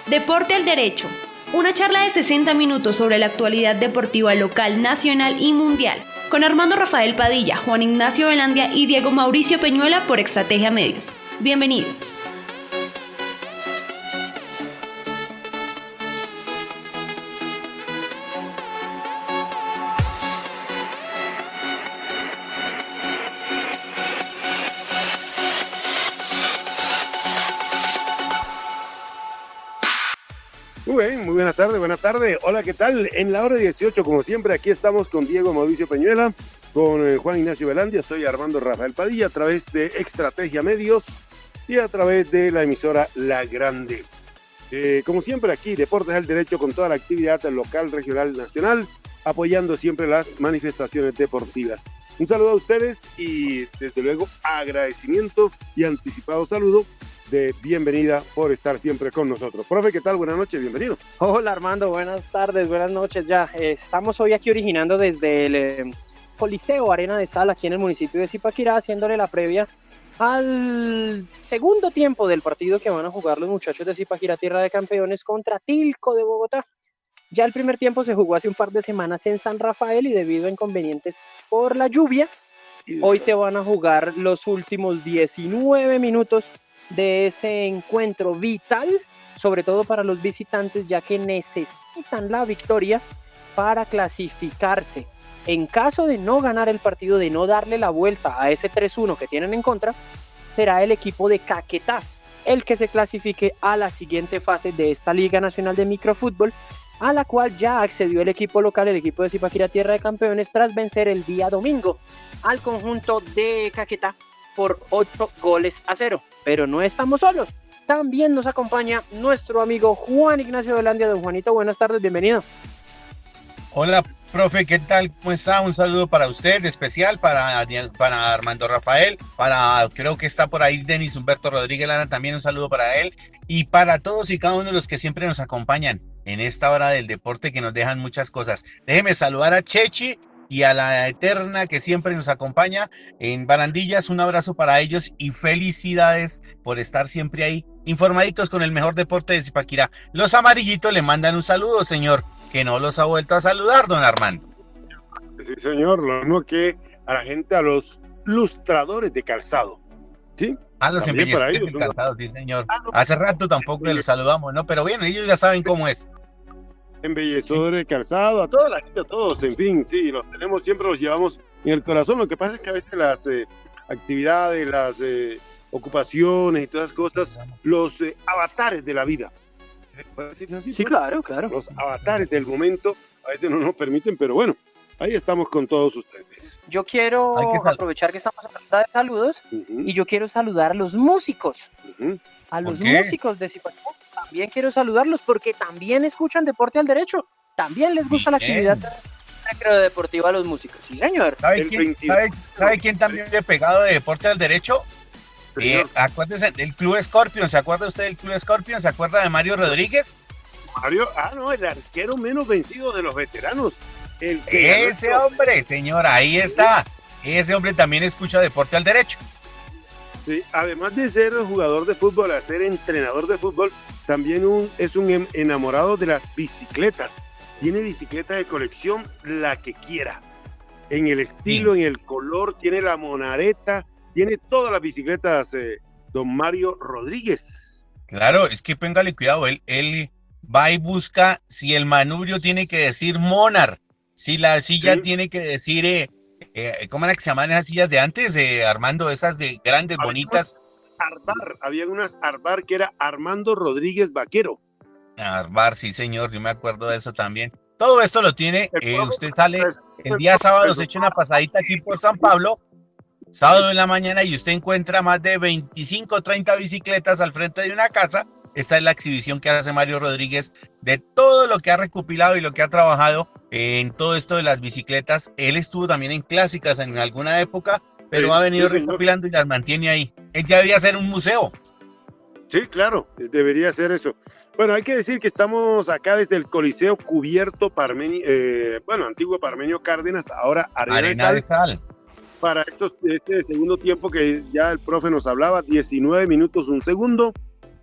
Deporte al Derecho. Una charla de 60 minutos sobre la actualidad deportiva local, nacional y mundial. Con Armando Rafael Padilla, Juan Ignacio Velandia y Diego Mauricio Peñuela por Estrategia Medios. Bienvenidos. Muy buenas tardes. Hola, ¿qué tal? En la hora 18, como siempre, aquí estamos con Diego Mauricio Peñuela, con Juan Ignacio Velandia, soy Armando Rafael Padilla, a través de Estrategia Medios y a través de la emisora La Grande. Como siempre, aquí, Deportes al Derecho, con toda la actividad local, regional, nacional, apoyando siempre las manifestaciones deportivas. Un saludo a ustedes y, desde luego, agradecimiento y anticipado saludo de bienvenida por estar siempre con nosotros. Profe, ¿qué tal? Buenas noches, bienvenido. Hola Armando, buenas tardes, buenas noches ya. Estamos hoy aquí originando desde el Coliseo Arena de Sal, aquí en el municipio de Zipaquirá, haciéndole la previa al segundo tiempo del partido que van a jugar los muchachos de Zipaquirá, Tierra de Campeones, contra Tilco de Bogotá. Ya el primer tiempo se jugó hace un par de semanas en San Rafael y debido a inconvenientes por la lluvia, hoy se van a jugar los últimos 19 minutos de ese encuentro vital, sobre todo para los visitantes, ya que necesitan la victoria para clasificarse. En caso de no ganar el partido, de no darle la vuelta a ese 3-1 que tienen en contra, será el equipo de Caquetá el que se clasifique a la siguiente fase de esta Liga Nacional de Microfútbol, a la cual ya accedió el equipo local, el equipo de Zipaquirá Tierra de Campeones, tras vencer el día domingo al conjunto de Caquetá por 8-0. Pero no estamos solos, también nos acompaña nuestro amigo Juan Ignacio Velandia. Don Juanito, buenas tardes, bienvenido. Hola, profe, ¿qué tal? ¿Cómo está? Un saludo para usted, especial para Armando Rafael, creo que está por ahí Denis Humberto Rodríguez Lara, también un saludo para él, y para todos y cada uno de los que siempre nos acompañan en esta hora del deporte, que nos dejan muchas cosas. Déjeme saludar a Chechi y a la Eterna, que siempre nos acompaña en Barandillas. Un abrazo para ellos y felicidades por estar siempre ahí, informaditos con el mejor deporte de Zipaquirá. Los amarillitos le mandan un saludo, señor, que no los ha vuelto a saludar, don Armando. Sí, señor, lo mismo que a la gente, a los lustradores de calzado, ¿sí? A los embellecedores de calzado, sí, señor. Hace rato tampoco los saludamos, ¿no? Pero bien, ellos ya saben cómo es. Embellecedores de calzado, a toda la gente, a todos, en fin, sí, los tenemos, siempre los llevamos en el corazón. Lo que pasa es que a veces las actividades, las ocupaciones y todas las cosas, los avatares de la vida, ¿puede decirse así? Sí, claro. Los avatares del momento a veces no nos permiten, pero bueno, ahí estamos con todos ustedes. Yo quiero aprovechar que estamos hablando de saludos, y yo quiero saludar a los músicos, a los músicos de Zipaquirá. También quiero saludarlos porque también escuchan Deporte al Derecho, también les gusta la actividad deportiva a los músicos. Sí, señor. ¿Sabe quién también le ha pegado de Deporte al Derecho? Acuérdese del Club Scorpion. ¿Se acuerda usted del Club Scorpion? ¿Se acuerda de Mario Rodríguez? El arquero menos vencido de los veteranos. Ese hombre, señor, ahí está. Ese hombre también escucha Deporte al Derecho. Sí, además de ser jugador de fútbol, a ser entrenador de fútbol, también es un enamorado de las bicicletas. Tiene bicicletas de colección, la que quiera. En el estilo, en el color, tiene la monareta, tiene todas las bicicletas, don Mario Rodríguez. Claro, es que póngale cuidado, él va y busca si el manubrio tiene que decir Monarch, si la silla tiene que decir, ¿cómo era que se llamaban esas sillas de antes, Armando? Esas de grandes, bonitas. Había unas Arbar que era Armando Rodríguez Vaquero. Arbar, sí señor, yo me acuerdo de eso también. Todo esto lo tiene, usted sale el día sábado, se echa una pasadita aquí por San Pablo, sábado en la mañana, y usted encuentra más de 25 o 30 bicicletas al frente de una casa. Esta es la exhibición que hace Mario Rodríguez de todo lo que ha recopilado y lo que ha trabajado en todo esto de las bicicletas. Él estuvo también en clásicas en alguna época, pero ha venido recopilando y las mantiene ahí. Él ya debería ser un museo. Sí, claro, debería ser eso. Bueno, hay que decir que estamos acá desde el Coliseo Cubierto antiguo Parmenio Cárdenas, ahora Arena de Sal. Para este segundo tiempo que ya el profe nos hablaba, 19 minutos, un segundo.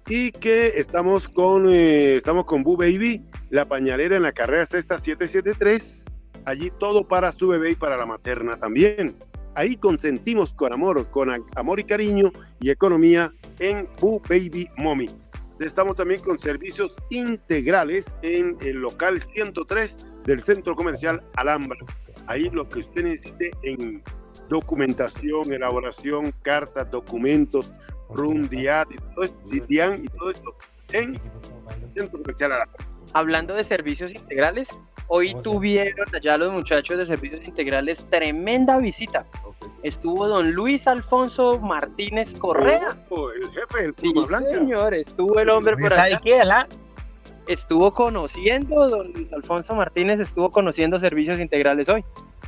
y que estamos con Boo Baby, la pañalera en la carrera sexta 773. Allí todo para su bebé y para la materna también. Ahí consentimos con amor y cariño y economía en Boo Baby Mommy. Estamos también con servicios integrales en el local 103 del Centro Comercial Alhambra. Ahí lo que usted necesite en documentación, elaboración, cartas, documentos, RUNDIAT y todo esto, DIAN y todo esto en el Centro Comercial Alhambra. Hablando de servicios integrales, hoy tuvieron allá los muchachos de servicios integrales tremenda visita. Estuvo don Luis Alfonso Martínez Correa. El jefe del Sí, Puma Blanca. señor, estuvo el hombre por allá. Estuvo conociendo, don Luis Alfonso Martínez estuvo conociendo servicios integrales hoy.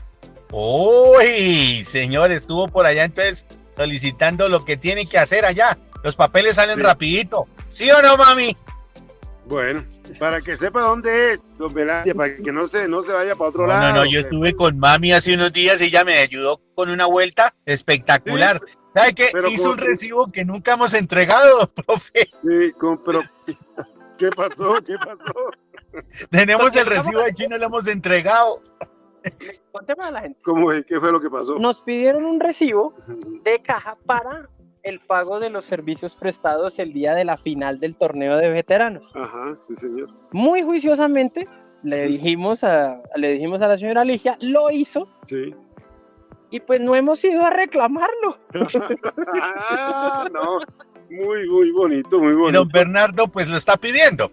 Uy, señor, estuvo por allá entonces solicitando lo que tiene que hacer allá. Los papeles salen rapidito. ¿Sí o no, mami? Bueno, para que sepa dónde es, don Velandia, para que no se vaya para otro lado. No, yo estuve con mami hace unos días y ella me ayudó con una vuelta espectacular. Sí, ¿sabe qué? Hizo un recibo que nunca hemos entregado, profe. Sí, pero ¿qué pasó? Tenemos el recibo allí y no lo hemos entregado. Contemos a la gente. ¿Qué fue lo que pasó? Nos pidieron un recibo de caja para el pago de los servicios prestados el día de la final del torneo de veteranos. Ajá, sí, señor. Muy juiciosamente le dijimos a la señora Ligia, lo hizo. Sí. Y pues no hemos ido a reclamarlo. No, muy bonito, muy bonito. Y don Bernardo pues lo está pidiendo.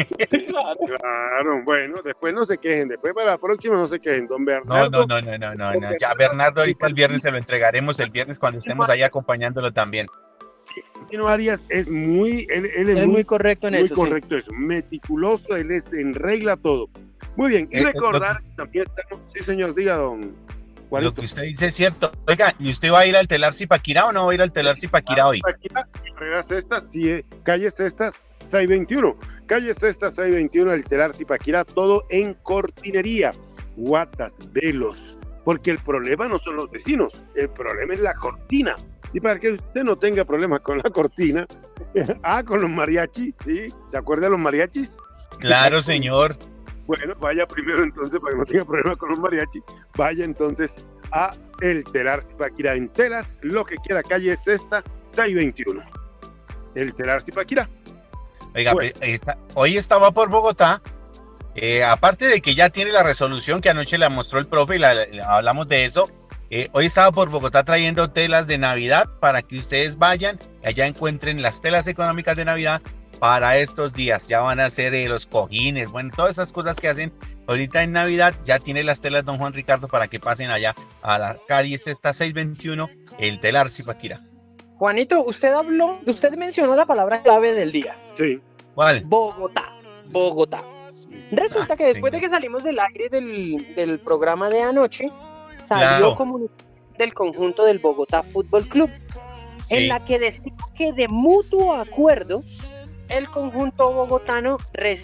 Claro, bueno, después no se quejen, después para la próxima no se quejen, don Bernardo. No. Ya Bernardo ahorita el viernes se lo entregaremos, el viernes cuando estemos ahí acompañándolo también. Tino Arias es él es muy correcto en eso. Muy correcto eso, meticuloso, él es en regla todo. Muy bien, y recordar que también estamos, sí señor, diga don Juanito. Lo que usted dice es cierto. Oiga, ¿y usted va a ir al Telar Zipaquirá o no va a ir al Telar Zipaquirá hoy? Carrera Sexta, sí, calle Sexta 621. Calle Sexta 621, el Telar Zipaquirá, todo en cortinería, guatas, velos. Porque el problema no son los vecinos, el problema es la cortina. Y para que usted no tenga problemas con la cortina, con los mariachis, ¿sí? ¿Se acuerda de los mariachis? Claro, señor. Bueno, vaya primero entonces, para que no tenga problemas con los mariachis, vaya entonces a el Telar Zipaquirá en Telas, lo que quiera, calle Sexta 621. El Telar Zipaquirá. Oiga, bueno. Hoy estaba por Bogotá, aparte de que ya tiene la resolución que anoche la mostró el profe y hablamos de eso, hoy estaba por Bogotá trayendo telas de Navidad para que ustedes vayan y allá encuentren las telas económicas de Navidad para estos días. Ya van a hacer los cojines, bueno, todas esas cosas que hacen ahorita en Navidad. Ya tiene las telas don Juan Ricardo para que pasen allá a la calle Sexta 621, el Telar Zipaquirá. Juanito, usted mencionó la palabra clave del día. Sí. ¿Cuál? Bogotá. Resulta que después de que salimos del aire del programa de anoche, salió comunicación del conjunto del Bogotá Fútbol Club, en la que decía que de mutuo acuerdo el conjunto bogotano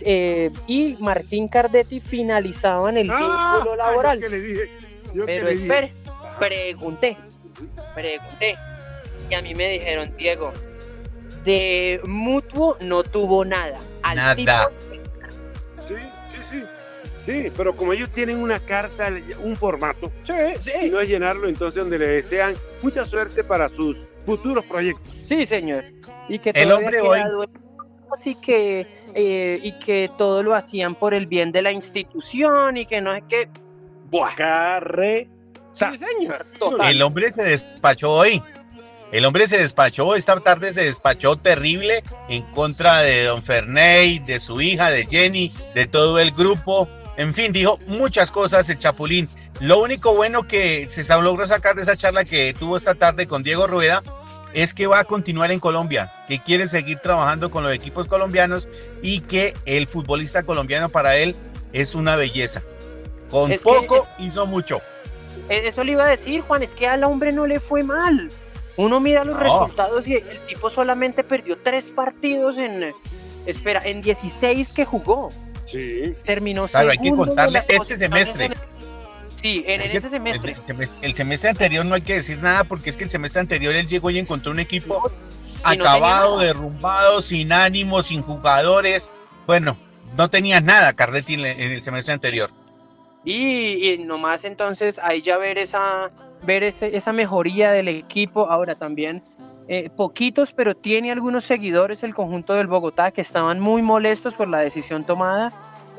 y Martín Cardetti finalizaban el vínculo laboral. Pero espere, pregunté y a mí me dijeron, Diego, de mutuo no tuvo nada. Nada. Sí, pero como ellos tienen una carta, un formato, sí. Y no es llenarlo, entonces donde le desean mucha suerte para sus futuros proyectos. Sí, señor. Y que el hombre hoy... Así que y que todo lo hacían por el bien de la institución y que no es que sí, señor. Total. El hombre se despachó hoy. Esta tarde se despachó terrible en contra de don Ferney, de su hija, de Jenny, de todo el grupo. En fin, dijo muchas cosas el Chapulín. Lo único bueno que se logró sacar de esa charla que tuvo esta tarde con Diego Rueda es que va a continuar en Colombia, que quiere seguir trabajando con los equipos colombianos y que el futbolista colombiano para él es una belleza. Con poco hizo mucho. Eso le iba a decir, Juan, es que al hombre no le fue mal. Uno mira los resultados y el tipo solamente perdió 3 partidos en 16 que jugó. Sí. Terminó segundo. Hay que contarle este semestre. Sí, en ese semestre. El semestre anterior no hay que decir nada porque es que el semestre anterior él llegó y encontró un equipo acabado, derrumbado, sin ánimo, sin jugadores. Bueno, no tenía nada Carletti en el semestre anterior. Y nomás entonces ahí ya ver esa mejoría del equipo. Ahora también poquitos, pero tiene algunos seguidores el conjunto del Bogotá que estaban muy molestos por la decisión tomada.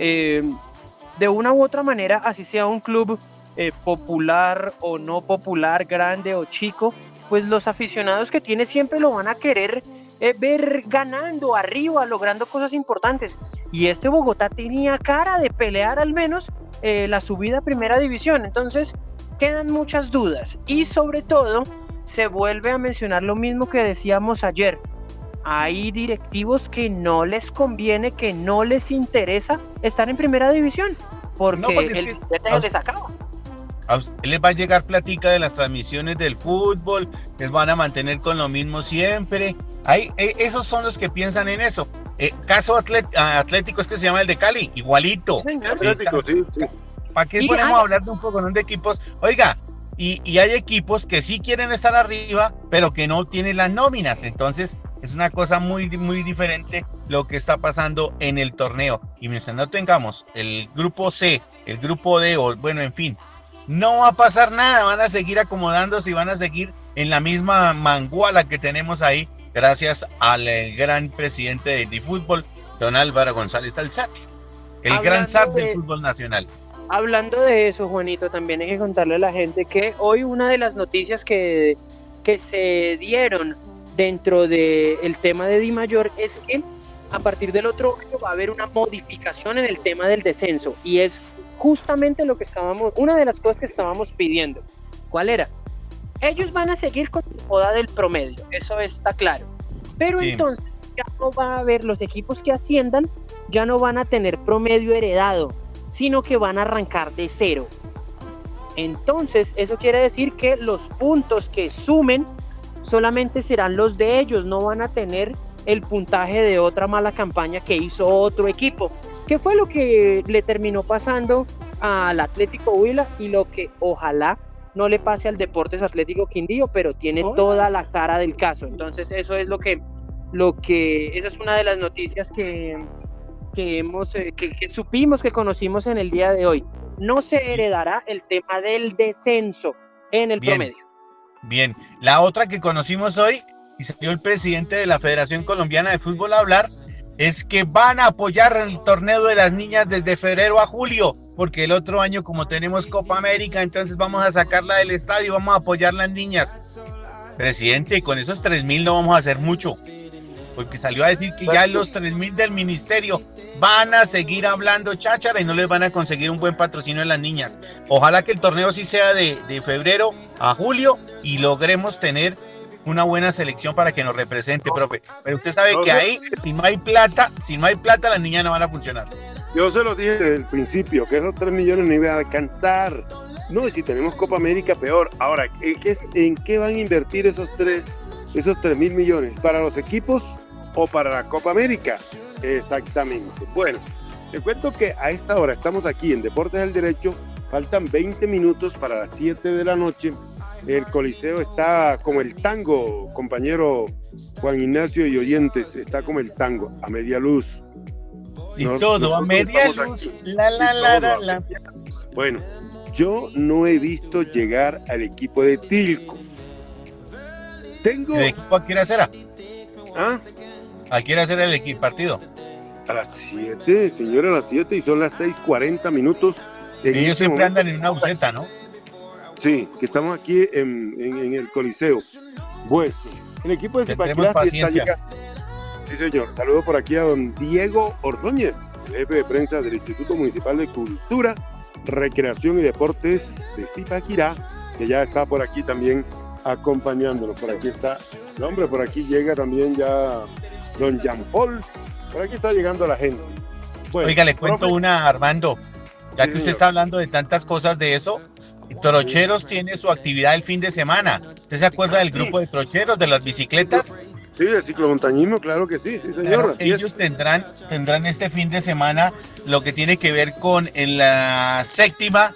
De una u otra manera, así sea un club popular o no popular, grande o chico, pues los aficionados que tiene siempre lo van a querer ver ganando arriba, logrando cosas importantes. Y este Bogotá tenía cara de pelear al menos la subida a primera división. Entonces quedan muchas dudas y sobre todo se vuelve a mencionar lo mismo que decíamos ayer. Hay directivos que no les conviene, que no les interesa estar en primera división porque el billete les acaba. A usted les va a llegar platica de las transmisiones del fútbol, les van a mantener con lo mismo siempre. Esos son los que piensan en eso. Caso Atlético es que se llama el de Cali, igualito. Sí, Atlético, sí. ¿Para qué podemos hablar de un poco de equipos? Oiga, y hay equipos que sí quieren estar arriba, pero que no tienen las nóminas. Entonces es una cosa muy, muy diferente lo que está pasando en el torneo. Y mientras no tengamos el grupo C, el grupo D, o bueno, en fin, no va a pasar nada, van a seguir acomodándose y van a seguir en la misma manguala que tenemos ahí, gracias al gran presidente de DiFútbol, don Álvaro González Alzate, el gran zar del fútbol nacional. Hablando de eso, Juanito, también hay que contarle a la gente que hoy una de las noticias que se dieron dentro del tema de Di Mayor es que a partir del otro año va a haber una modificación en el tema del descenso, y es justamente una de las cosas que estábamos pidiendo. ¿Cuál era? Ellos van a seguir con la joda del promedio, eso está claro, pero sí. Entonces ya no va a haber, los equipos que asciendan ya no van a tener promedio heredado, sino que van a arrancar de cero. Entonces eso quiere decir que los puntos que sumen solamente serán los de ellos, no van a tener el puntaje de otra mala campaña que hizo otro equipo, que fue lo que le terminó pasando al Atlético Huila y lo que ojalá no le pase al Deportes Atlético Quindío, pero tiene toda la cara del caso. Entonces eso es esa es una de las noticias que supimos, que conocimos en el día de hoy. No se heredará el tema del descenso en el promedio. Bien, la otra que conocimos hoy, y salió el presidente de la Federación Colombiana de Fútbol a hablar, es que van a apoyar el torneo de las niñas desde febrero a julio, porque el otro año, como tenemos Copa América, entonces vamos a sacarla del estadio y vamos a apoyar las niñas. Presidente, con esos 3,000 no vamos a hacer mucho, porque salió a decir que ya los 3,000 del ministerio van a seguir hablando cháchara y no les van a conseguir un buen patrocinio a las niñas. Ojalá que el torneo sí sea de febrero a julio y logremos tener una buena selección para que nos represente, profe. Pero usted sabe que ahí, si no hay plata, las niñas no van a funcionar. Yo se lo dije desde el principio, que esos 3 millones no iban a alcanzar. No, y si tenemos Copa América, peor. Ahora, ¿en qué van a invertir esos 3,000 millones? ¿Para los equipos o para la Copa América? Exactamente. Bueno, te cuento que a esta hora estamos aquí en Deportes del Derecho. Faltan 20 minutos para las 7 de la noche. El Coliseo está como el tango, compañero Juan Ignacio y oyentes, está como el tango, a media luz. Y todo a media luz. La. Bueno, yo no he visto llegar al equipo de Tilco. ¿El equipo a qué hora será? ¿Ah? ¿A qué hora será el partido? A las 7, señora, a las 7, y son las 6:40 minutos. Ellos siempre andan en una buseta, ¿no? Sí, que estamos aquí en el Coliseo. Bueno, el equipo de Zipaquirá sí está llegando. Sí, señor. Saludo por aquí a don Diego Ordóñez, jefe de prensa del Instituto Municipal de Cultura, Recreación y Deportes de Zipaquirá, que ya está por aquí también acompañándonos. Por aquí está el hombre, por aquí llega también ya don Jean Paul. Por aquí está llegando la gente. Bueno, oiga, le cuento una, Armando, ya que usted está hablando de tantas cosas de eso. Trocheros tiene su actividad el fin de semana. ¿Usted se acuerda del grupo de trocheros, de las bicicletas? Sí, el ciclomontañismo, claro que sí, sí señor. Claro, ellos tendrán este fin de semana lo que tiene que ver con la séptima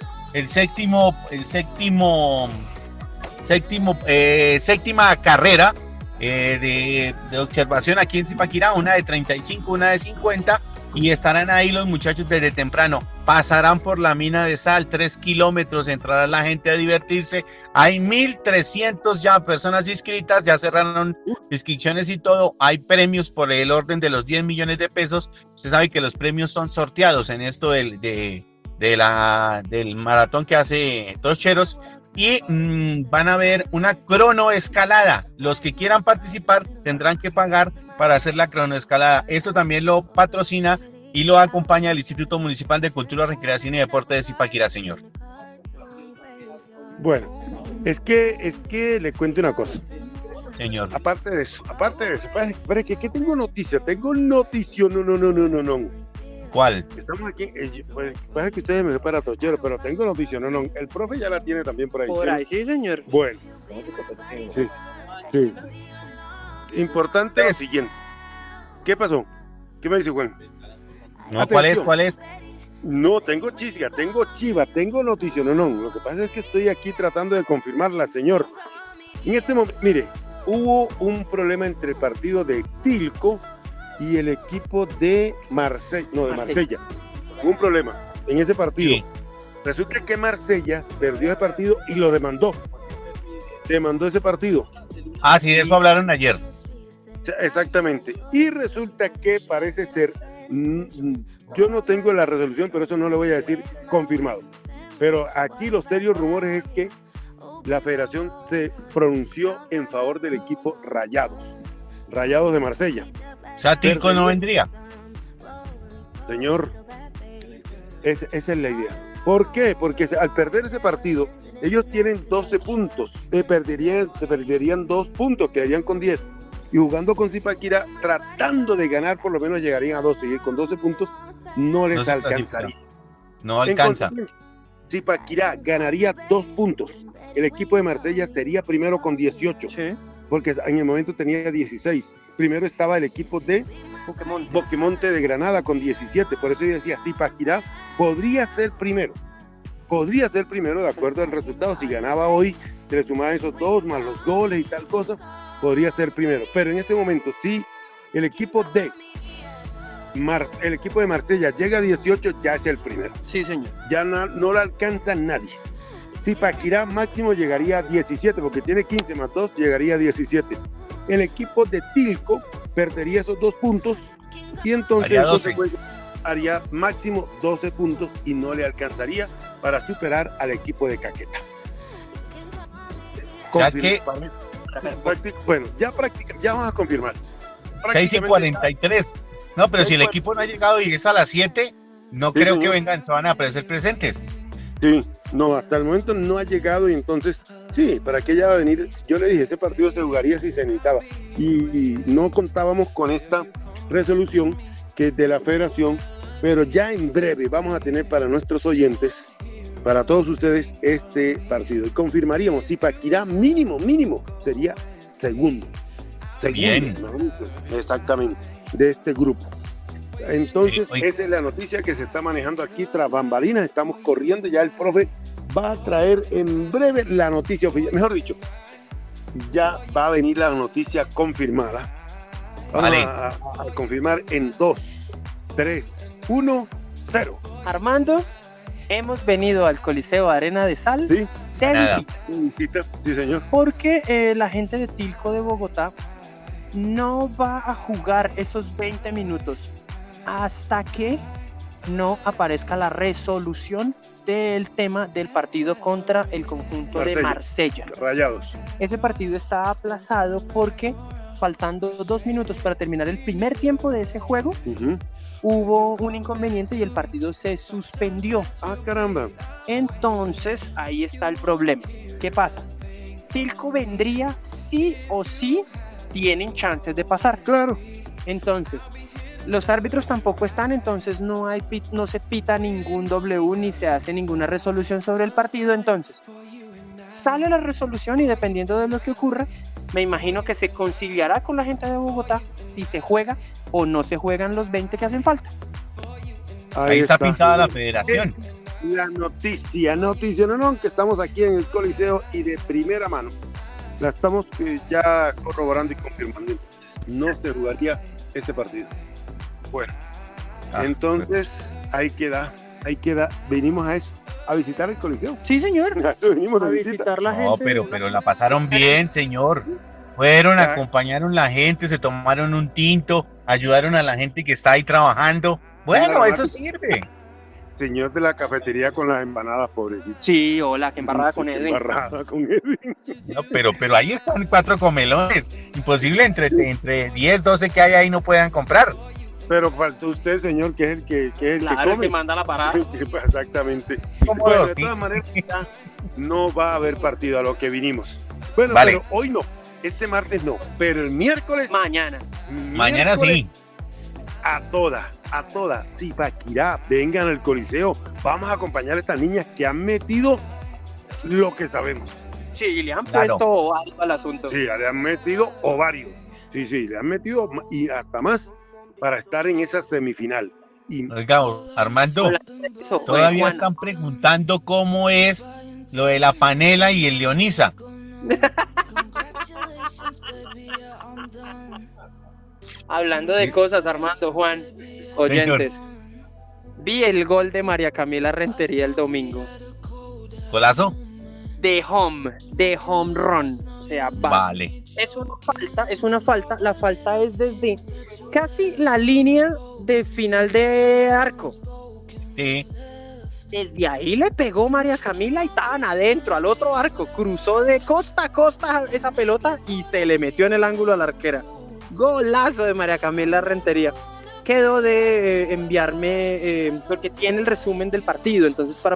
carrera de observación aquí en Zipaquirá, una de 35, una de 50, y estarán ahí los muchachos desde temprano. Pasarán por la mina de sal, 3 kilómetros, entrará la gente a divertirse. Hay 1.300 ya personas inscritas, ya cerraron inscripciones y todo. Hay premios por el orden de los 10 millones de pesos. Usted sabe que los premios son sorteados en esto del maratón que hace Trocheros. Y van a ver una cronoescalada. Los que quieran participar tendrán que pagar para hacer la cronoescalada. Esto también lo patrocina y lo acompaña el Instituto Municipal de Cultura, Recreación y Deporte de Zipaquirá, señor. Bueno, es que le cuento una cosa. Señor. Aparte de eso, parece que tengo noticia, no. ¿Cuál? Estamos aquí, pues pasa que ustedes me ven para Trochero, pero tengo noticia, no. El profe ya la tiene también por ahí. Por ahí, sí, señor. Bueno, sí. Importante lo siguiente. ¿Qué pasó? ¿Qué me dice Juan? No, ¿cuál es? No, tengo chisga, tengo chiva, tengo noticia, no. Lo que pasa es que estoy aquí tratando de confirmarla, señor. En este momento, mire, hubo un problema entre el partido de Tilco y el equipo de Marsella. Un problema en ese partido. Sí. Resulta que Marsella perdió ese partido y lo demandó. Demandó ese partido. Ah, sí, de eso hablaron ayer. Exactamente. Y resulta que parece ser, yo no tengo la resolución, pero eso no lo voy a decir confirmado. Pero aquí los serios rumores es que la federación se pronunció en favor del equipo Rayados de Marsella. O sea, Tilco no vendría. Señor, esa es la idea. ¿Por qué? Porque al perder ese partido, ellos tienen 12 puntos. Perderían 2 puntos, quedarían con 10. Y jugando con Zipaquirá, tratando de ganar, por lo menos llegarían a 12. Y con 12 puntos no les alcanzaría. No alcanza. Zipaquirá ganaría 2 puntos. El equipo de Marsella sería primero con 18. Sí. Porque en el momento tenía 16. Primero estaba el equipo de Boquemonte de Granada con 17. Por eso yo decía, Zipaquirá podría ser primero de acuerdo al resultado. Si ganaba hoy, se le sumaban esos 2 más los goles y tal cosa, podría ser primero. Pero en este momento, si el equipo de Marsella llega a 18, ya es el primero. Sí, señor. Ya no lo alcanza nadie. Zipaquirá máximo llegaría a 17, porque tiene 15 más 2, llegaría a 17. El equipo de Tilco perdería esos 2 puntos y entonces haría máximo 12 puntos y no le alcanzaría para superar al equipo de Caquetá. Bueno, ya vamos a confirmar. 6:43. No, pero si el equipo no ha llegado y es a las 7, no creo que vengan, se van a aparecer presentes. Sí, no, hasta el momento no ha llegado y entonces, sí, ¿para qué ya va a venir? Yo le dije, ese partido se jugaría si se necesitaba y no contábamos con esta resolución que es de la federación, pero ya en breve vamos a tener para nuestros oyentes, para todos ustedes, este partido y confirmaríamos si Zipaquirá mínimo sería segundo. Bien. ¿No? Exactamente, de este grupo. Entonces, esa es la noticia que se está manejando aquí tras bambalinas. Estamos corriendo, ya el profe va a traer en breve la noticia oficial. Mejor dicho, ya va a venir la noticia confirmada. Vamos a confirmar en 2, 3, 1, 0. Armando, hemos venido al Coliseo Arena de Sal. Sí. De visita. Sí, señor. Porque la gente de Tilco de Bogotá no va a jugar esos 20 minutos hasta que no aparezca la resolución del tema del partido contra el conjunto de Marsella. Rayados. Ese partido está aplazado porque faltando 2 minutos para terminar el primer tiempo de ese juego, hubo un inconveniente y el partido se suspendió. ¡Ah, caramba! Entonces, ahí está el problema. ¿Qué pasa? Tilco vendría sí o sí, tienen chances de pasar. Claro. Entonces, los árbitros tampoco están, entonces no se pita ningún W ni se hace ninguna resolución sobre el partido. Entonces, sale la resolución y dependiendo de lo que ocurra, me imagino que se conciliará con la gente de Bogotá si se juega o no se juegan los 20 que hacen falta. Ahí está pintada la federación. La noticia, no, que estamos aquí en el Coliseo y de primera mano. la estamos ya corroborando y confirmando. No se jugaría este partido. Bueno, entonces ahí queda. Venimos a eso, a visitar el Coliseo. Sí, señor. A eso venimos A de visita. visitar la No, gente. pero la pasaron bien, señor. Fueron, acompañaron a la gente, se tomaron un tinto, ayudaron a la gente que está ahí trabajando. Bueno, eso sirve. Señor de la cafetería con las empanadas, pobrecito. Sí, hola, que embarrada con Edwin. Embarrada con Edwin. No, pero ahí están 4 comelones. Imposible entre 10, 12 que hay ahí no puedan comprar. Pero faltó usted, señor, que es el que Claro, que el come. que manda la parada. Exactamente. ¿Cómo Bueno, dos, de sí? todas maneras, ya no va a haber partido a lo que vinimos. Bueno, Vale. pero hoy no. Este martes no. Pero el miércoles. Mañana. Mañana sí. A toda Zipaquirá, vengan al Coliseo. Vamos a acompañar a estas niñas que han metido lo que sabemos. Sí, le han Claro. puesto algo al asunto. Sí, le han metido ovarios. Sí, le han metido y hasta más para estar en esa semifinal. Y Oiga, Armando, Eso, todavía Juana. están preguntando cómo es lo de la panela y el Leonisa. Hablando de cosas, Armando, Juan, oyentes. Vi el gol de María Camila Rentería el domingo. ¿Golazo? De home run. O sea, Vale. es una falta. La falta es desde casi la línea de final de arco. Sí. Desde ahí le pegó María Camila y estaban adentro, al otro arco. Cruzó de costa a costa esa pelota y se le metió en el ángulo a la arquera. Golazo de María Camila Rentería. Quedó de enviarme, porque tiene el resumen del partido, entonces para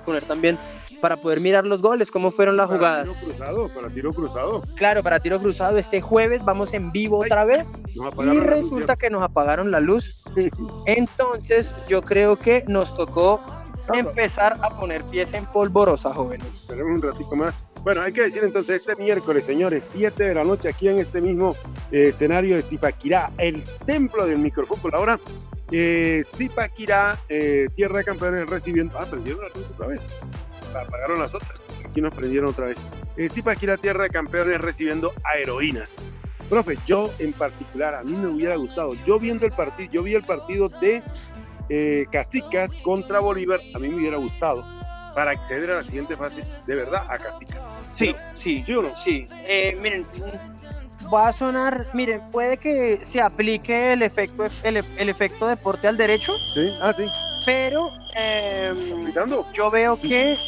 poder mirar los goles, cómo fueron las jugadas. Para tiro cruzado. Claro, para tiro cruzado, este jueves vamos en vivo otra vez Nos y apagaron la luz, resulta que nos apagaron la luz. Entonces yo creo que nos tocó empezar a poner pies en polvorosa, jóvenes. Esperemos un ratito más. Bueno, hay que decir entonces este miércoles, señores, 7 de la noche, aquí en este mismo escenario de Zipaquirá, el templo del microfútbol. Ahora, Zipaquirá, tierra de campeones, recibiendo. Prendieron la luz otra vez. Apagaron las otras. Aquí nos prendieron otra vez. Zipaquirá, tierra de campeones, recibiendo a heroínas. Profe, yo en particular, a mí me hubiera gustado. Yo vi el partido de Cacicas contra Bolívar, a mí me hubiera gustado para acceder a la siguiente fase, de verdad, a Cacicas. Sí. ¿Sí o no? Sí, miren, va a sonar, miren, puede que se aplique el efecto deporte al derecho, Sí, sí. pero ¿Gritando? yo veo que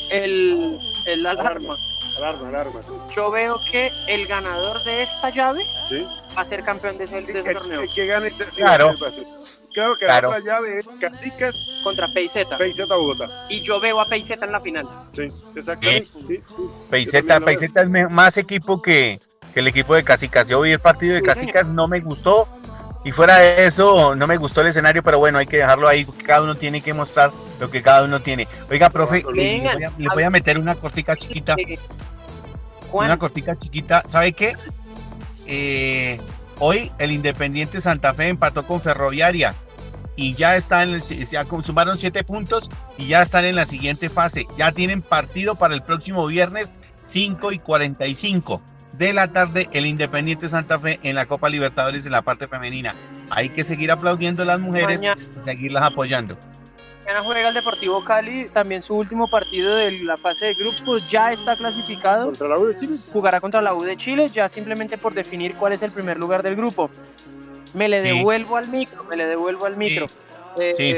el alarma, Sí. yo veo que el ganador de esta llave Sí. va a ser campeón de ese torneo Que gane. Claro. Claro que Claro. la otra llave es Cacicas, contra Peiseta, Peiseta, Bogotá. y yo veo a Peiseta en la final. Sí, exactamente. Sí. Peiseta es más equipo que el equipo de Cacicas. Yo vi el partido de Sí, Cacicas, no me gustó. Y fuera de eso, no me gustó el escenario, pero bueno, hay que dejarlo ahí. Cada uno tiene que mostrar lo que cada uno tiene. Oiga, profe, Vengan, le voy a meter una cortica chiquita. Juan, Una cortica chiquita. ¿Sabe qué? Hoy el Independiente Santa Fe empató con Ferroviaria y ya consumaron 7 puntos y ya están en la siguiente fase. Ya tienen partido para el próximo viernes 5:45 de la tarde, el Independiente Santa Fe en la Copa Libertadores en la parte femenina. Hay que seguir aplaudiendo a las mujeres Mañana. y seguirlas apoyando. mañana juega el Deportivo Cali, también su último partido de la fase de grupos, ya está clasificado. Contra la U de Chile. Jugará contra la U de Chile, ya simplemente por definir cuál es el primer lugar del grupo. Me le devuelvo al micro. Sí.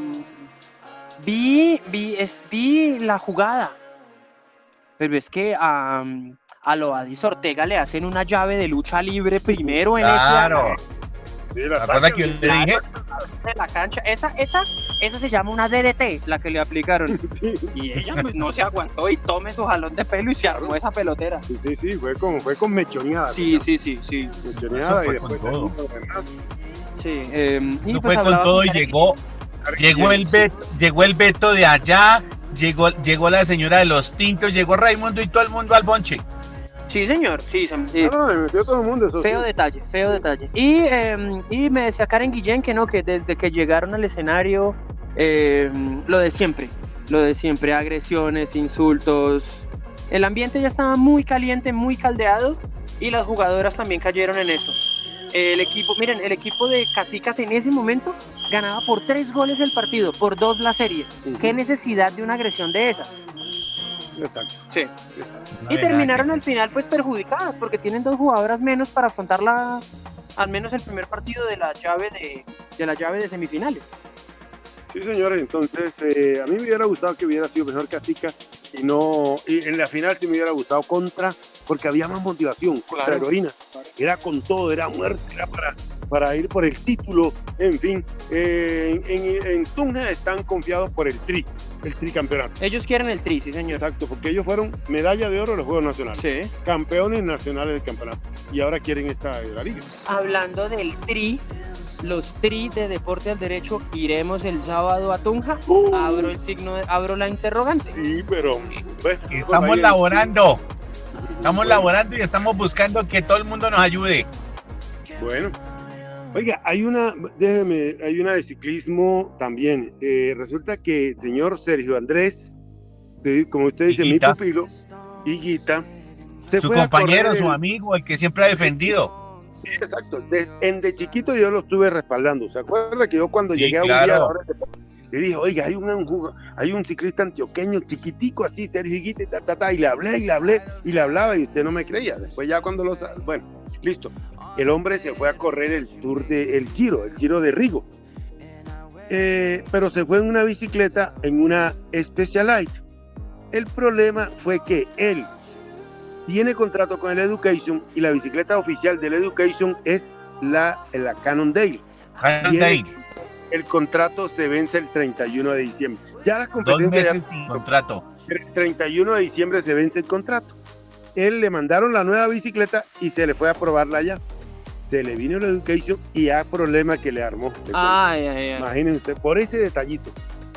Vi la jugada, pero es que a Loadis Ortega le hacen una llave de lucha libre primero en Claro. Sí, ¿La verdad que yo le dije? de la cancha. Esa se llama una DDT, la que le aplicaron. Sí, Y ella pues, no se aguantó y tome su jalón de pelo y se armó esa pelotera. sí, fue con mechoneada. Sí. Mechoneada Eso y fue después con todo. lo demás. Sí, y No pues fue con hablaba todo y llegó el Beto de allá, llegó la señora de los tintos, llegó Raimundo y todo el mundo al bonche. Sí, señor, sí. No, me metió todo el mundo eso. Feo detalle. Y me decía Karen Guillén que desde que llegaron al escenario, lo de siempre, agresiones, insultos. El ambiente ya estaba muy caliente, muy caldeado, y las jugadoras también cayeron en eso. El equipo de Cacicas en ese momento ganaba por 3 goles el partido, por 2 la serie. ¿Qué necesidad de una agresión de esas? Exacto. Sí. Exacto. Y terminaron al final pues perjudicadas porque tienen 2 jugadoras menos para afrontar al menos el primer partido de la llave de semifinales. Sí, señores, entonces a mí me hubiera gustado que hubiera sido mejor Cacica y en la final sí me hubiera gustado contra, porque había más motivación contra Heroínas. Era con todo, era muerte, era para ir por el título, en fin. En Tunja están confiados por el tricampeonato. Ellos quieren el tri, sí señor. Exacto, porque ellos fueron medalla de oro en los Juegos Nacionales, sí, campeones nacionales del campeonato, y ahora quieren esta de la liga. Hablando del tri, los tri de Deporte al Derecho, iremos el sábado a Tunja. Abro la interrogante. Sí, pero estamos laborando y estamos buscando que todo el mundo nos ayude. Bueno, oiga, hay una de ciclismo también. Resulta que el señor Sergio Andrés, como usted dice, Higuita, mi pupilo, Higuita, su compañero, su amigo, el que siempre ha defendido. Sí, exacto. De chiquito yo lo estuve respaldando. ¿Se acuerda que yo cuando llegué a un día a la hora le dije, oiga, hay un ciclista antioqueño chiquitico así, Sergio Higuita, y le hablaba y usted no me creía? Después ya cuando bueno, listo. El hombre se fue a correr el Giro de Rigo. Pero se fue en una bicicleta, en una Specialized. El problema fue que él tiene contrato con el Education y la bicicleta oficial del Education es la Cannondale. El contrato se vence el 31 de diciembre. Ya las competencias contrato. El 31 de diciembre se vence el contrato. Él le mandaron la nueva bicicleta y se le fue a probarla allá. Se le vino el Education y hay problema que le armó. Imagínense usted, por ese detallito.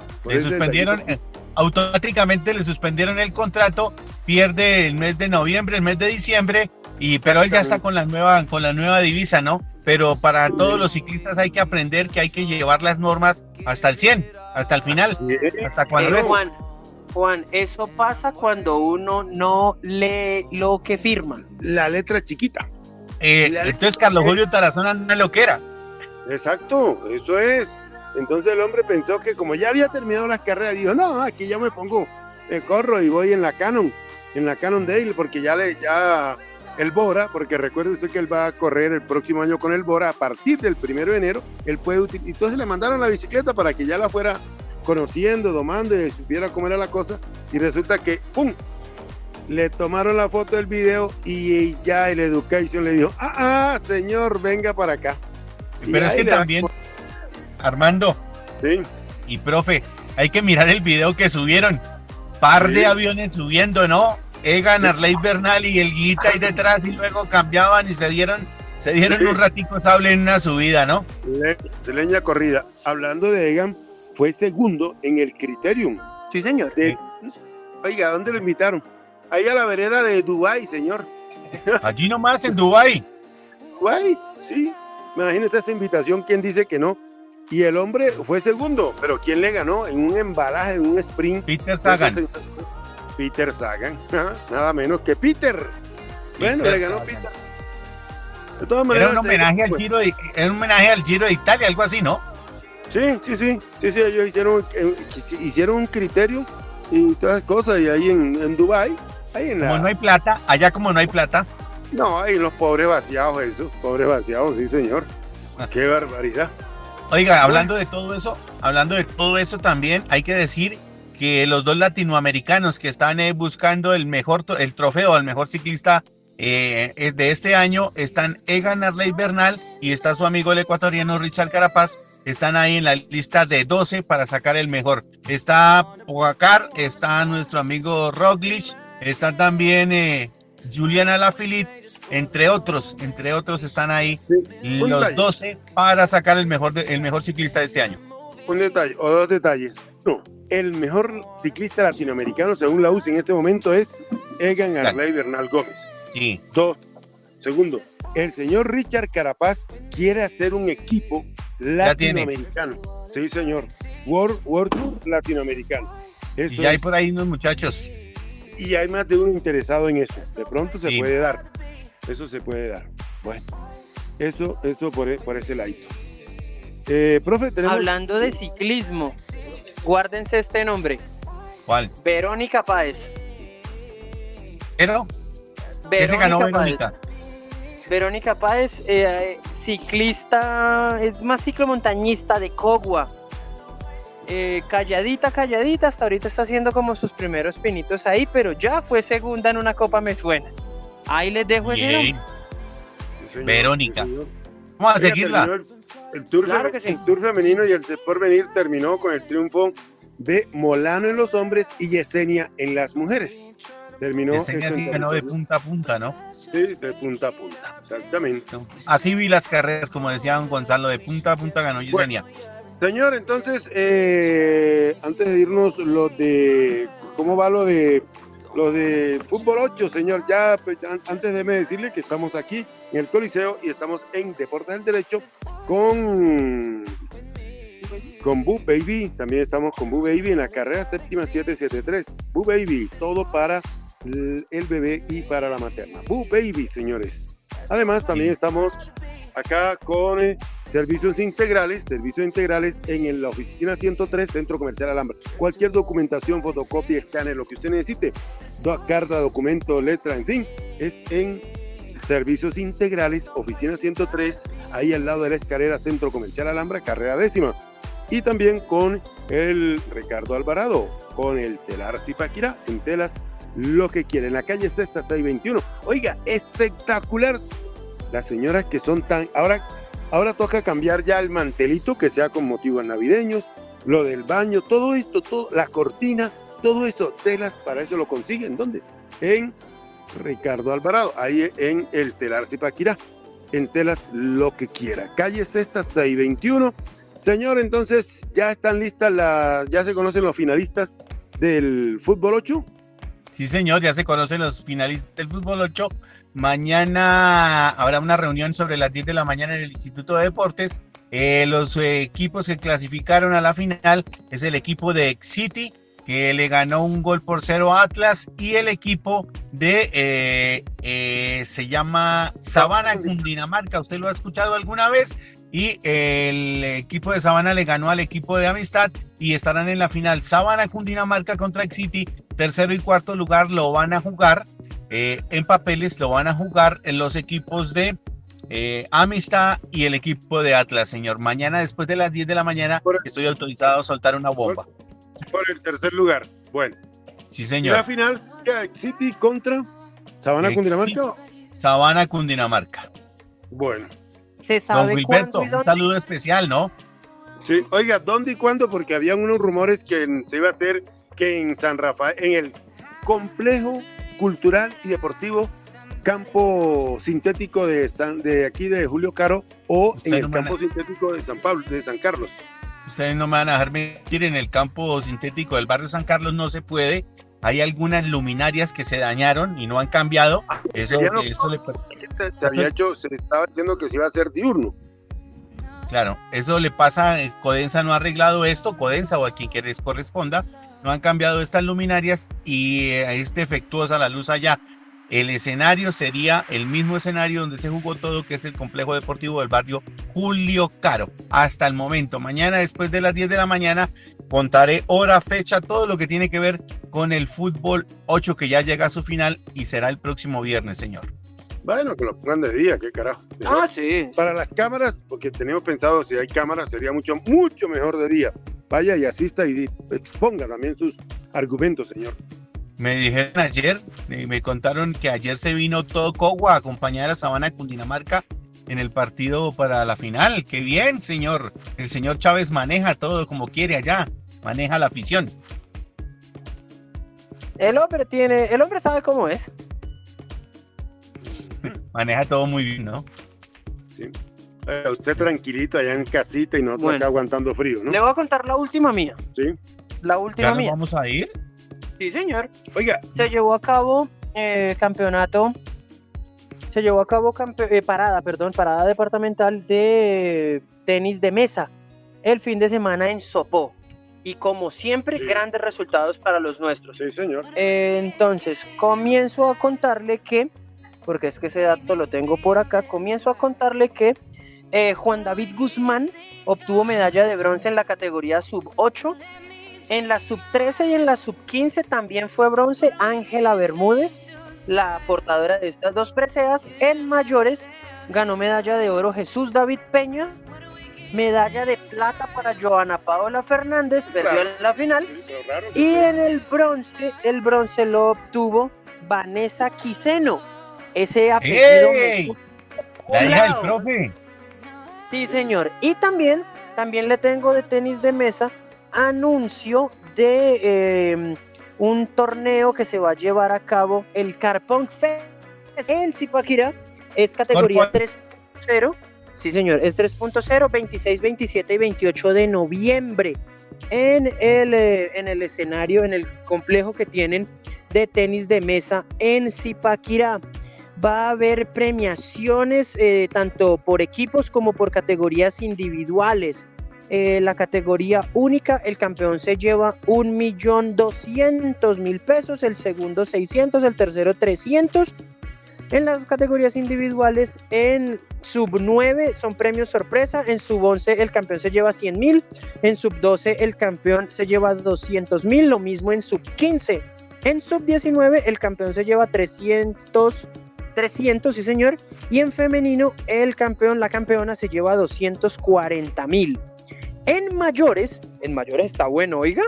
Automáticamente le suspendieron el contrato, pierde el mes de noviembre, el mes de diciembre, pero él ya está con la nueva divisa, ¿no? Pero para todos los ciclistas hay que aprender que hay que llevar las normas hasta el 100, hasta el final, hasta cuando Juan, eso pasa cuando uno no lee lo que firma. La letra chiquita. Entonces Carlos Julio Tarazona anda lo que era. Exacto, eso es. Entonces el hombre pensó que como ya había terminado las carreras, dijo, no, aquí ya me corro y voy en la Cannondale, porque ya el Bora, porque recuerde usted que él va a correr el próximo año con el Bora, a partir del 1 de enero, él puede utilizar. Entonces le mandaron la bicicleta para que ya la fuera conociendo, domando y supiera cómo era la cosa, y resulta que, ¡pum!, le tomaron la foto del video y ya el Education le dijo, señor, venga para acá. Pero es que también, Armando, sí, y profe, hay que mirar el video que subieron, de aviones subiendo, ¿no? Egan, Arley Bernal y el Guita ahí detrás, y luego cambiaban y se dieron un ratico sable en una subida, ¿no? De leña corrida. Hablando de Egan, fue segundo en el Criterium. Sí, señor. Oiga, ¿dónde lo invitaron? Ahí a la vereda de Dubái, señor. Allí nomás, en Dubái. Dubái, sí. Imagínate esa invitación, ¿quién dice que no? Y el hombre fue segundo, pero ¿quién le ganó? En un embalaje, en un sprint. Peter Sagan, nada menos que Peter. Bueno, le ganó Peter. De todas maneras, era un homenaje al Giro de Italia, algo así, ¿no? Sí, ellos hicieron un criterio y todas las cosas, y ahí en Dubái, como no hay plata, allá como no hay plata. No, ahí los pobres vaciados, sí, señor. Qué barbaridad. Oiga, hablando de todo eso también hay que decir que los dos latinoamericanos que están buscando el trofeo al mejor ciclista de este año están Egan Arley Bernal y está su amigo el ecuatoriano Richard Carapaz. Están ahí en la lista de 12 para sacar el mejor. Está Pogacar, está nuestro amigo Roglic, está también Julian Alaphilippe, entre otros están ahí, los 12 para sacar el mejor ciclista de este año. Un detalle o dos detalles. No, el mejor ciclista latinoamericano según la UCI en este momento es Egan Arley Bernal Gómez. Sí. 2. Segundo, el señor Richard Carapaz quiere hacer un equipo latinoamericano. Sí, señor. World Tour latinoamericano. Y ya hay por ahí unos muchachos. Y hay más de uno interesado en eso. De pronto se puede dar. Eso se puede dar. Bueno, eso por ese ladito. Profe, tenemos... Hablando de ciclismo, guárdense este nombre. ¿Cuál? Verónica Páez. ¿Pero? ¿Qué se ganó Verónica? Verónica Páez, ciclista, es más ciclomontañista de Cogua. Calladita, hasta ahorita está haciendo como sus primeros pinitos ahí, pero ya fue segunda en una Copa Me Suena. Ahí les dejo ese nombre. Verónica. Vamos a seguirla. El tour femenino y el de porvenir terminó con el triunfo de Molano en los hombres y Yesenia en las mujeres. Terminó. Yesenia sí ganó de punta a punta, ¿no? Sí, de punta a punta, exactamente. Así vi las carreras, como decía don Gonzalo, de punta a punta ganó Yesenia. Bueno, señor, entonces, antes de irnos, ¿cómo va lo de Fútbol 8, señor? Ya, antes déjeme decirle que estamos aquí en el Coliseo y estamos en Deportes del Derecho con Boo Baby. También estamos con Boo Baby en la carrera séptima 773. Boo Baby, todo para el bebé y para la materna. Boo Baby, señores. Además, también estamos acá con servicios integrales en la oficina 103, Centro Comercial Alhambra. Cualquier documentación, fotocopia, escáner, lo que usted necesite, carta, documento, letra, en fin, es en servicios integrales, oficina 103, ahí al lado de la escalera, Centro Comercial Alhambra, carrera 10ª. Y también con el Ricardo Alvarado, con el telar Zipaquirá, en telas, lo que quieren. En la calle Sexta 621. Oiga, espectacular. Las señoras que son tan... Ahora toca cambiar ya el mantelito, que sea con motivos navideños, lo del baño, todo esto, la cortina, todo eso, telas, para eso lo consiguen. ¿Dónde? En Ricardo Alvarado, ahí en el telar Zipaquirá, en telas, lo que quiera. Calle Sexta 621. Señor, entonces, ¿ya están listas ya se conocen los finalistas del Fútbol 8? Sí, señor, ya se conocen los finalistas del Fútbol 8. Mañana habrá una reunión sobre las 10 de la mañana en el Instituto de Deportes. Los equipos que clasificaron a la final es el equipo de City, que le ganó 1-0 a Atlas, y el equipo de se llama Sabana Cundinamarca. ¿Usted lo ha escuchado alguna vez? Y el equipo de Sabana le ganó al equipo de Amistad y estarán en la final. Sabana Cundinamarca contra City, tercero y cuarto lugar lo van a jugar. En papeles lo van a jugar los equipos de Amistad y el equipo de Atlas, señor. Mañana después de las 10 de la mañana estoy autorizado a soltar una bomba. Por el tercer lugar. Bueno. Sí, señor. ¿Y la final? City contra Sabana Cundinamarca. Sabana Cundinamarca. Bueno. ¿Se sabe don Gilberto, un saludo especial, ¿no? Sí, oiga, ¿dónde y cuándo? Porque habían unos rumores que se iba a hacer que en San Rafael, en el complejo cultural y deportivo campo sintético de aquí de Julio Caro, o en el campo sintético de San Carlos. Ustedes no me van a dejar mentir, en el campo sintético del barrio San Carlos no se puede. Hay algunas luminarias que se dañaron y no han cambiado. Se estaba diciendo que se iba a hacer diurno. Claro, eso le pasa, Codensa no ha arreglado esto, Codensa o a quien les corresponda, no han cambiado estas luminarias y es defectuosa la luz allá. El escenario sería el mismo escenario donde se jugó todo, que es el complejo deportivo del barrio Julio Caro. Hasta el momento, mañana después de las 10 de la mañana, contaré hora, fecha, todo lo que tiene que ver con el Fútbol 8, que ya llega a su final y será el próximo viernes, señor. Bueno, que lo pongan de día, qué carajo. Sí. Para las cámaras, porque tenemos pensado, si hay cámaras, sería mucho mejor de día. Vaya y asista y exponga también sus argumentos, señor. Me dijeron ayer, me contaron que ayer se vino todo Cogua a acompañar a Sabana Cundinamarca en el partido para la final. ¡Qué bien, señor! El señor Chávez maneja todo como quiere allá, maneja la afición. El hombre sabe cómo es. Maneja todo muy bien, ¿no? Sí. Usted tranquilito allá en casita y nosotros acá aguantando frío, ¿no? Le voy a contar la última mía. Sí. La última mía. ¿Vamos a ir? Sí, señor. Oiga. Se llevó a cabo parada departamental de tenis de mesa el fin de semana en Sopó. Y como siempre, grandes resultados para los nuestros. Sí, señor. Entonces, comienzo a contarle que porque es que ese dato lo tengo por acá. Comienzo a contarle que Juan David Guzmán obtuvo medalla de bronce en la categoría sub-8. En la sub-13 y en la sub-15 también fue bronce Ángela Bermúdez, la portadora de estas dos preseas. En mayores ganó medalla de oro Jesús David Peña, medalla de plata para Joana Paola Fernández, perdió en la final. Y en el bronce lo obtuvo Vanessa Quiseno, ese apellido. ¡Ey! La hija del profe. Sí, señor. Y también le tengo de tenis de mesa anuncio de un torneo que se va a llevar a cabo, el Carpong Fest en Zipaquirá. Es categoría 3.0. Sí, señor, es 3.0, 26, 27 y 28 de noviembre en el escenario, en el complejo que tienen de tenis de mesa en Zipaquirá. Va a haber premiaciones tanto por equipos como por categorías individuales. La categoría única, el campeón se lleva 1.200.000 pesos, el segundo 600, el tercero 300. En las categorías individuales, en sub 9 son premios sorpresa, en sub 11 el campeón se lleva 100.000, en sub 12 el campeón se lleva 200.000, lo mismo en sub 15. En sub 19 el campeón se lleva 300, sí señor, y en femenino la campeona se lleva 240.000. En mayores está bueno, oiga.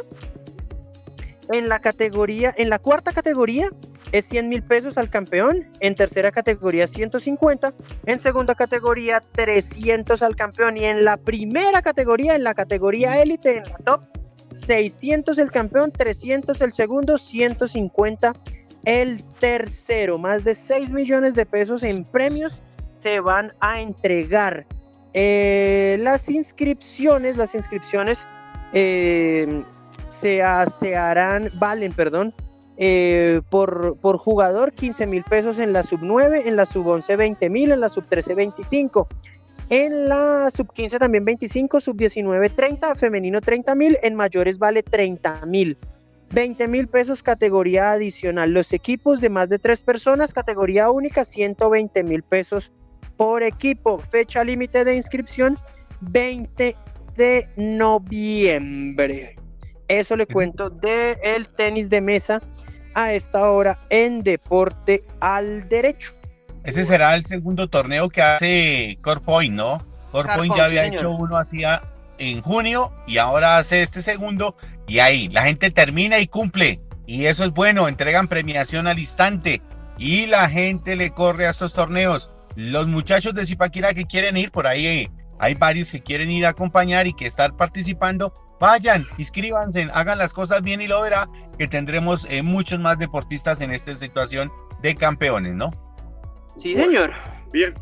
En la cuarta categoría es 100.000 pesos al campeón, en tercera categoría 150, en segunda categoría 300 al campeón, y en la primera categoría, en la categoría élite, en la top, 600 el campeón, 300 el segundo, 150 el tercero. Más de 6 millones de pesos en premios se van a entregar. Las inscripciones valen por jugador 15.000 pesos en la sub 9, en la sub 11 20.000, en la sub 13 25, en la sub 15 también 25, sub 19 30, femenino 30.000, en mayores vale 30.000. 20.000 pesos categoría adicional. Los equipos de más de 3 personas, categoría única, 120.000 pesos por equipo. Fecha límite de inscripción 20 de noviembre. Eso le cuento del tenis de mesa a esta hora en Deporte al Derecho. Ese será el segundo torneo que hace Corpoint, ¿no? Corpoint ya había hecho uno hacía en junio y ahora hace este segundo, y ahí la gente termina y cumple, y eso es bueno, entregan premiación al instante y la gente le corre a estos torneos. Los muchachos de Zipaquirá que quieren ir, por ahí hay varios que quieren ir a acompañar y que estar participando, vayan, inscríbanse, hagan las cosas bien y lo verá que tendremos muchos más deportistas en esta situación de campeones, ¿no? Sí, señor. Bien.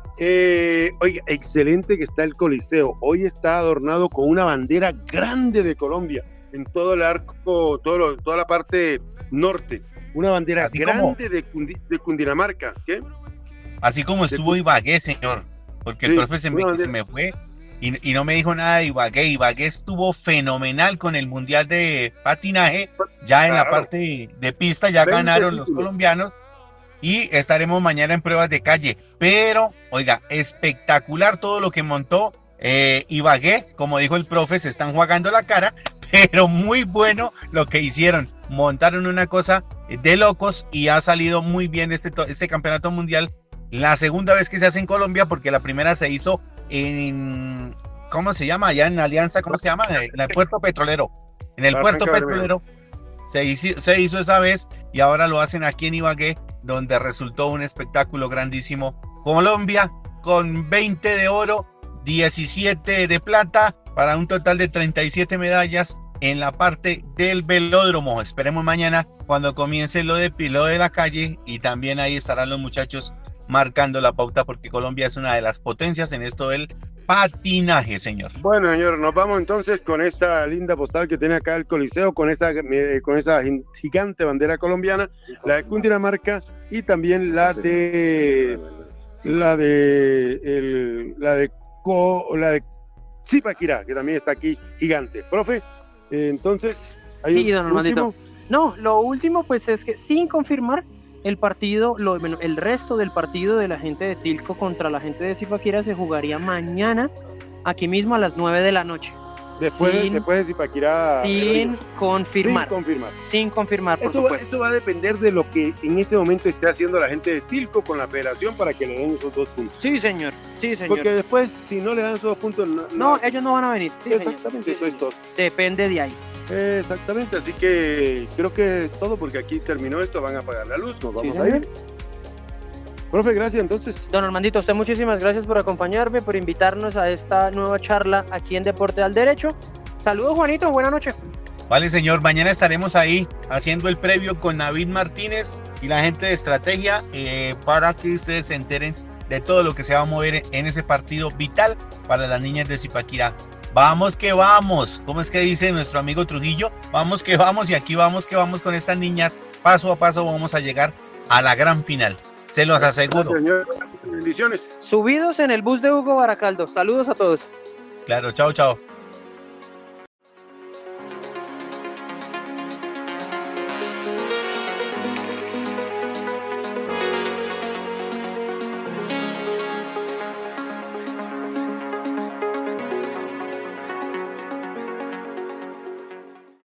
Oiga, excelente que está el Coliseo. Hoy está adornado con una bandera grande de Colombia en todo el arco, toda la parte norte. Una bandera así grande de Cundinamarca. ¿Qué? Así como estuvo Ibagué, señor, porque sí, el profe se me fue y no me dijo nada de Ibagué. Ibagué estuvo fenomenal con el Mundial de Patinaje, ya en la parte de pista ya ganaron los colombianos. Y estaremos mañana en pruebas de calle. Pero, oiga, espectacular todo lo que montó Ibagué. Como dijo el profe, se están jugando la cara, pero muy bueno lo que hicieron. Montaron una cosa de locos y ha salido muy bien este campeonato mundial. La segunda vez que se hace en Colombia, porque la primera se hizo en, ¿cómo se llama? Allá en Alianza, ¿cómo se llama? En el Puerto Petrolero. En el Puerto Petrolero se hizo esa vez y ahora lo hacen aquí en Ibagué, donde resultó un espectáculo grandísimo. Colombia con 20 de oro, 17 de plata, para un total de 37 medallas en la parte del velódromo. Esperemos mañana cuando comience lo de la calle, y también ahí estarán los muchachos marcando la pauta, porque Colombia es una de las potencias en esto del patinaje, señor. Bueno, señor, nos vamos entonces con esta linda postal que tiene acá el Coliseo, con esa gigante bandera colombiana, la de Cundinamarca y también la de Zipaquirá, que también está aquí gigante. Profe, entonces, sí, don Armandito. No, lo último pues es que sin confirmar, El partido, el resto del partido de la gente de Tilco contra la gente de Zipaquirá se jugaría mañana, aquí mismo a las 9 de la noche. Después de Zipaquirá. Sin confirmar. Sin confirmar, por supuesto. Esto va a depender de lo que en este momento esté haciendo la gente de Tilco con la federación para que le den esos 2 puntos. Sí, señor. Porque después, si no le dan esos 2 puntos... No, ellos no van a venir. Sí, exactamente, señor. eso es todo. Depende de ahí. Exactamente, así que creo que es todo porque aquí terminó esto, van a apagar la luz, nos vamos a ir. Profe, gracias entonces. Don Armandito, usted muchísimas gracias por acompañarme, por invitarnos a esta nueva charla aquí en Deporte al Derecho. Saludos, Juanito, buenas noches. Vale, señor, mañana estaremos ahí haciendo el previo con David Martínez y la gente de estrategia para que ustedes se enteren de todo lo que se va a mover en ese partido vital para las niñas de Zipaquirá. Vamos que vamos, ¿cómo es que dice nuestro amigo Trujillo? Vamos que vamos y aquí vamos que vamos con estas niñas, paso a paso vamos a llegar a la gran final, se los aseguro. Señor, bendiciones. Subidos en el bus de Hugo Baracaldo, saludos a todos. Claro, chao, chao.